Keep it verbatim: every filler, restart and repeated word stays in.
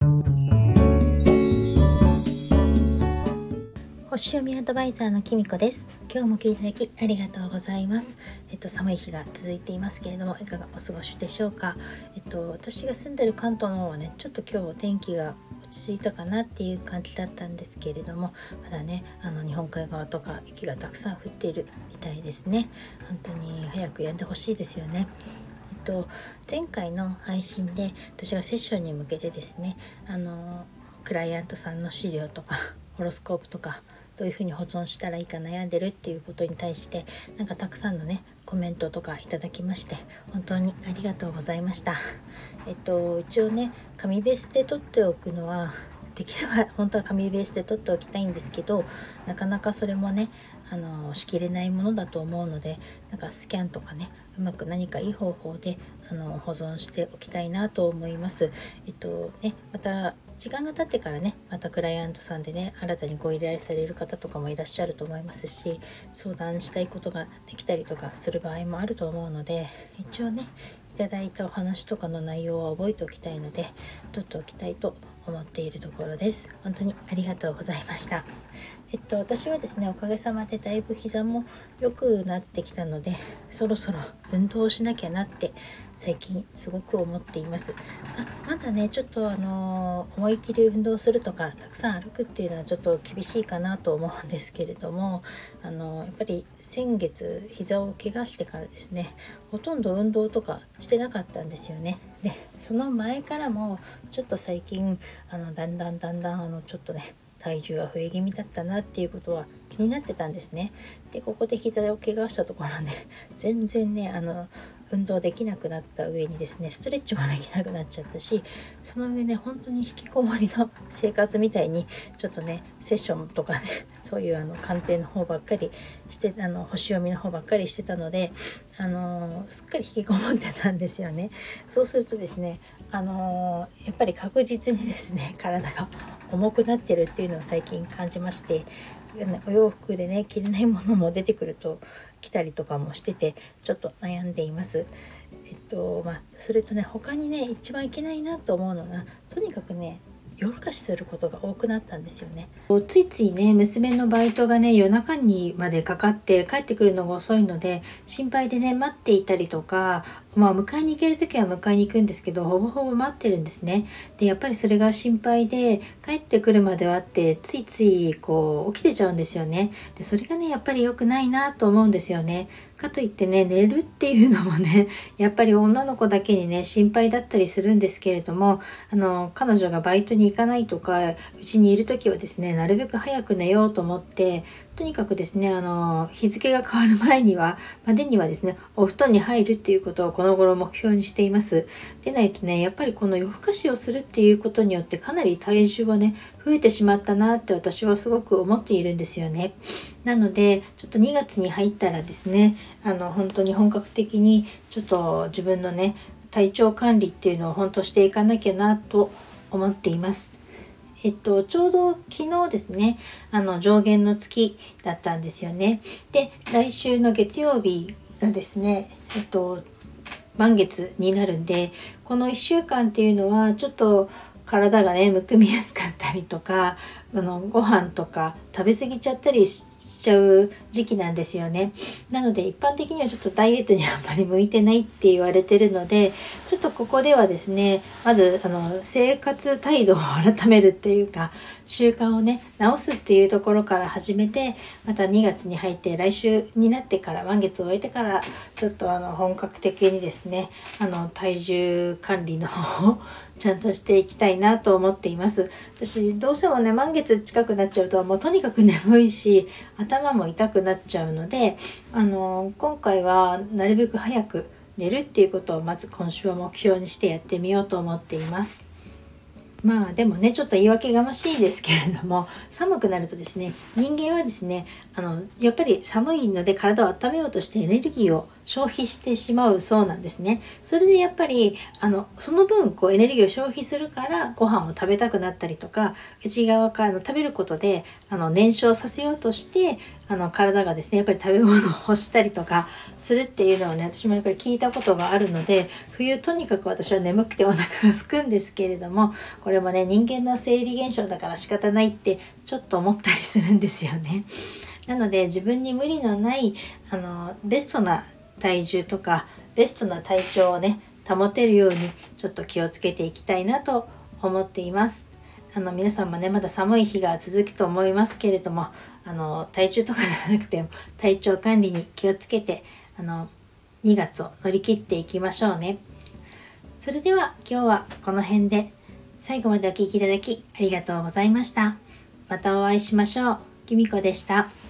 星読みアドバイザーのきみこです。今日も聞いていただきありがとうございます。えっと寒い日が続いていますけれども、いかがお過ごしでしょうか。えっと私が住んでる関東の方はね、ちょっと今日お天気が落ち着いたかなっていう感じだったんですけれども、まだね、あの日本海側とか雪がたくさん降っているみたいですね。本当に早く止んでほしいですよね。えっと前回の配信で私がセッションに向けてですね、あのクライアントさんの資料とかホロスコープとかどういうふうに保存したらいいか悩んでるっていうことに対してなんかたくさんのねコメントとかいただきまして本当にありがとうございました。えっと一応ね紙ベースで取っておくのはできれば本当は紙ベースで取っておきたいんですけど、なかなかそれもねあのしきれないものだと思うので、なんかスキャンとかねうまく何かいい方法であの保存しておきたいなと思います。えっとねまた時間が経ってからねまたクライアントさんでね新たにご依頼される方とかもいらっしゃると思いますし、相談したいことができたりとかする場合もあると思うので、一応ねいただいたお話とかの内容は覚えておきたいので取っておきたいと思っているところです。本当にありがとうございました。えっと私はですねおかげさまでだいぶ膝も良くなってきたので、そろそろ運動をしなきゃなって最近すごく思っています。あまだねちょっとあの思い切り運動するとかたくさん歩くっていうのはちょっと厳しいかなと思うんですけれども、あのやっぱり先月膝を怪我してからですねほとんど運動とかしてなかったんですよね。でその前からもちょっと最近あのだんだんだんだんあのちょっとね体重が増え気味だったなっていうことは気になってたんですね。でここで膝を怪我したところで全然ねあの運動できなくなった上にですねストレッチもできなくなっちゃったし、その上ね本当に引きこもりの生活みたいにちょっとねセッションとかねそういうあの鑑定の方ばっかりしてあの星読みの方ばっかりしてたので、あのー、すっかり引きこもってたんですよね。そうするとですねあのー、やっぱり確実にですね体が重くなってるっていうのを最近感じまして、お洋服でね着れないものも出てくると着たりとかもしててちょっと悩んでいます。えっとまあそれとね他にね一番いけないなと思うのがとにかくね夜更かしすることが多くなったんですよね。ついついね娘のバイトがね夜中にまでかかって帰ってくるのが遅いので心配でね待っていたりとか、まあ迎えに行ける時は迎えに行くんですけどほぼほぼ待ってるんですね。でやっぱりそれが心配で帰ってくるまではってついついこう起きてちゃうんですよね。でそれがねやっぱり良くないなと思うんですよね。かといってね寝るっていうのもねやっぱり女の子だけにね心配だったりするんですけれども、あの彼女がバイトに行かないとかうちにいる時はですねなるべく早く寝ようと思ってとにかくですねあの日付が変わる前にはまでにはですねお布団に入るっていうことをこの頃目標にしています。でないとねやっぱりこの夜更かしをするっていうことによってかなり体重はね増えてしまったなって私はすごく思っているんですよね。なのでちょっとにがつに入ったらですねあの本当に本格的にちょっと自分のね体調管理っていうのを本当していかなきゃなと思っています。えっと、ちょうど昨日ですねあの上限の月だったんですよね。で来週の月曜日がですねえっと満月になるんで、このいっしゅうかんっていうのはちょっと体がねむくみやすかったりとかあのご飯とか食べ過ぎちゃったりしちゃう時期なんですよね。なので一般的にはちょっとダイエットにあんまり向いてないって言われてるので、ちょっとここではですねまずあの生活態度を改めるっていうか習慣をね直すっていうところから始めて、またにがつに入って来週になってから満月を終えてからちょっとあの本格的にですねあの体重管理の方をちゃんとしていきたいなと思っています。私どうしてもね満月近くなっちゃうともうとにかく眠いし頭も痛くなっちゃうので、あの今回はなるべく早く寝るっていうことをまず今週は目標にしてやってみようと思っています。まあでもねちょっと言い訳がましいですけれども、寒くなるとですね人間はですねあのやっぱり寒いので体を温めようとしてエネルギーを消費してしまうそうなんですね。それでやっぱりあのその分こうエネルギーを消費するからご飯を食べたくなったりとか、内側からの食べることであの燃焼させようとしてあの体がですねやっぱり食べ物を欲したりとかするっていうのをね、私もやっぱり聞いたことがあるので、冬とにかく私は眠くてお腹がすくんですけれども、これもね人間の生理現象だから仕方ないってちょっと思ったりするんですよね。なので自分に無理のないあのベストな体重とかベストな体調をね保てるようにちょっと気をつけていきたいなと思っています。あの皆さんもねまだ寒い日が続くと思いますけれども、あの体重とかじゃなくても体調管理に気をつけてあのにがつを乗り切っていきましょうね。それでは今日はこの辺で、最後までお聞きいただきありがとうございました。またお会いしましょう。きみこでした。